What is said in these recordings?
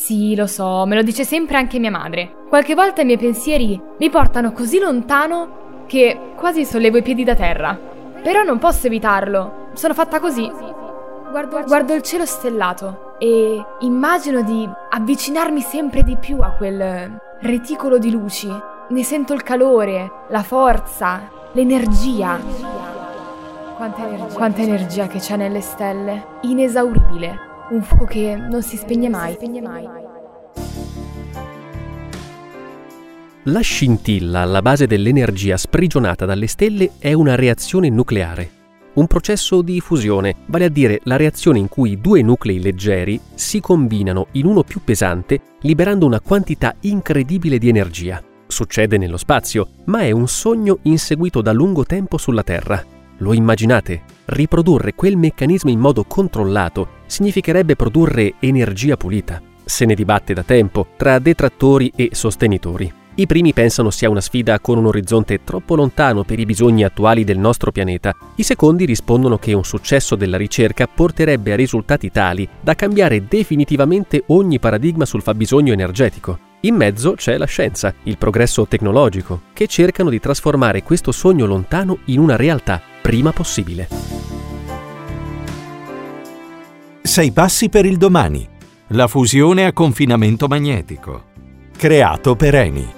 Sì, lo so, me lo dice sempre anche mia madre. Qualche volta i miei pensieri mi portano così lontano che quasi sollevo i piedi da terra. Però non posso evitarlo, sono fatta così. Guardo il cielo stellato e immagino di avvicinarmi sempre di più a quel reticolo di luci. Ne sento il calore, la forza, l'energia. Quanta energia che c'è nelle stelle, inesauribile. Un fuoco che non si spegne mai. La scintilla alla base dell'energia sprigionata dalle stelle è una reazione nucleare, un processo di fusione, vale a dire la reazione in cui due nuclei leggeri si combinano in uno più pesante, liberando una quantità incredibile di energia. Succede nello spazio, ma è un sogno inseguito da lungo tempo sulla Terra. Lo immaginate? Riprodurre quel meccanismo in modo controllato significherebbe produrre energia pulita. Se ne dibatte da tempo tra detrattori e sostenitori. I primi pensano sia una sfida con un orizzonte troppo lontano per i bisogni attuali del nostro pianeta. I secondi rispondono che un successo della ricerca porterebbe a risultati tali da cambiare definitivamente ogni paradigma sul fabbisogno energetico. In mezzo c'è la scienza, il progresso tecnologico, che cercano di trasformare questo sogno lontano in una realtà prima possibile. 6 passi per il domani. La fusione a confinamento magnetico. Creato per Eni.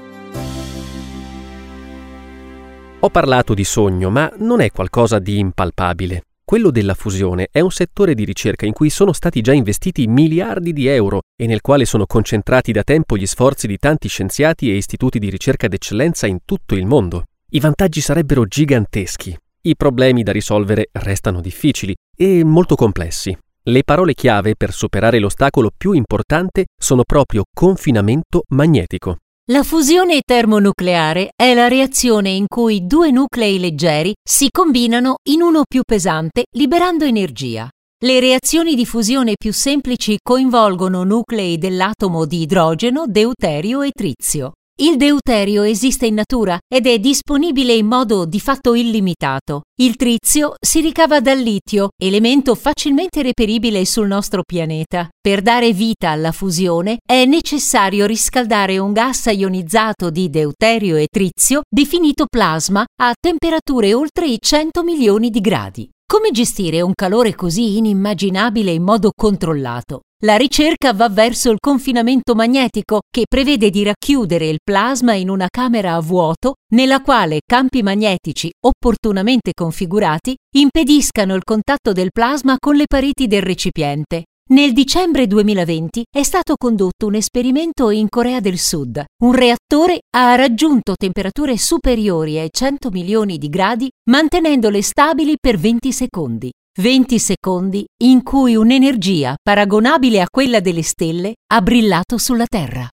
Ho parlato di sogno, ma non è qualcosa di impalpabile. Quello della fusione è un settore di ricerca in cui sono stati già investiti miliardi di euro e nel quale sono concentrati da tempo gli sforzi di tanti scienziati e istituti di ricerca d'eccellenza in tutto il mondo. I vantaggi sarebbero giganteschi. I problemi da risolvere restano difficili e molto complessi. Le parole chiave per superare l'ostacolo più importante sono proprio confinamento magnetico. La fusione termonucleare è la reazione in cui due nuclei leggeri si combinano in uno più pesante, liberando energia. Le reazioni di fusione più semplici coinvolgono nuclei dell'atomo di idrogeno, deuterio e trizio. Il deuterio esiste in natura ed è disponibile in modo di fatto illimitato. Il trizio si ricava dal litio, elemento facilmente reperibile sul nostro pianeta. Per dare vita alla fusione è necessario riscaldare un gas ionizzato di deuterio e trizio, definito plasma, a temperature oltre i 100 milioni di gradi. Come gestire un calore così inimmaginabile in modo controllato? La ricerca va verso il confinamento magnetico, che prevede di racchiudere il plasma in una camera a vuoto nella quale campi magnetici opportunamente configurati impediscano il contatto del plasma con le pareti del recipiente. Nel dicembre 2020 è stato condotto un esperimento in Corea del Sud. Un reattore ha raggiunto temperature superiori ai 100 milioni di gradi, mantenendole stabili per 20 secondi. 20 secondi in cui un'energia paragonabile a quella delle stelle ha brillato sulla Terra.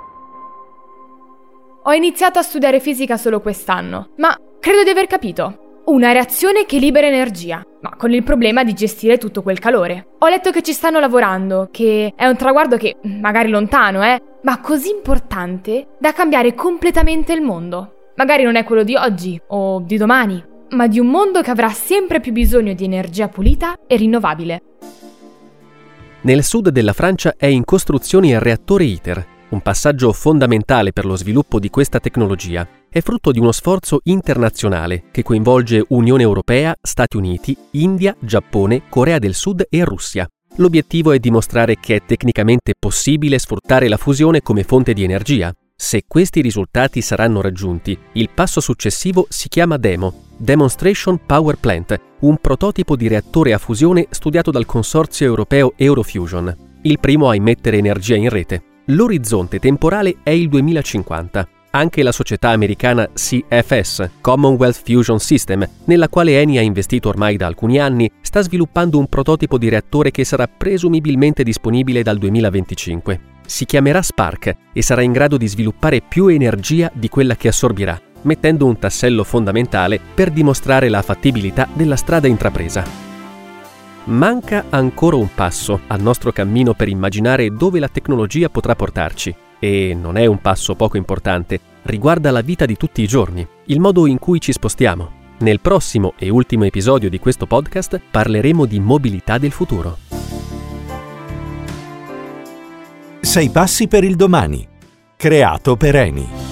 Ho iniziato a studiare fisica solo quest'anno, ma credo di aver capito. Una reazione che libera energia, ma con il problema di gestire tutto quel calore. Ho letto che ci stanno lavorando, che è un traguardo che, magari lontano, ma così importante da cambiare completamente il mondo. Magari non è quello di oggi o di domani, ma di un mondo che avrà sempre più bisogno di energia pulita e rinnovabile. Nel sud della Francia è in costruzione il reattore ITER, un passaggio fondamentale per lo sviluppo di questa tecnologia. È frutto di uno sforzo internazionale che coinvolge Unione Europea, Stati Uniti, India, Giappone, Corea del Sud e Russia. L'obiettivo è dimostrare che è tecnicamente possibile sfruttare la fusione come fonte di energia. Se questi risultati saranno raggiunti, il passo successivo si chiama DEMO, Demonstration Power Plant, un prototipo di reattore a fusione studiato dal consorzio europeo Eurofusion, il primo a immettere energia in rete. L'orizzonte temporale è il 2050. Anche la società americana CFS, Commonwealth Fusion System, nella quale Eni ha investito ormai da alcuni anni, sta sviluppando un prototipo di reattore che sarà presumibilmente disponibile dal 2025. Si chiamerà Spark e sarà in grado di sviluppare più energia di quella che assorbirà, mettendo un tassello fondamentale per dimostrare la fattibilità della strada intrapresa. Manca ancora un passo al nostro cammino per immaginare dove la tecnologia potrà portarci. E non è un passo poco importante, riguarda la vita di tutti i giorni, il modo in cui ci spostiamo. Nel prossimo e ultimo episodio di questo podcast parleremo di mobilità del futuro. 6 passi per il domani. Creato per Eni.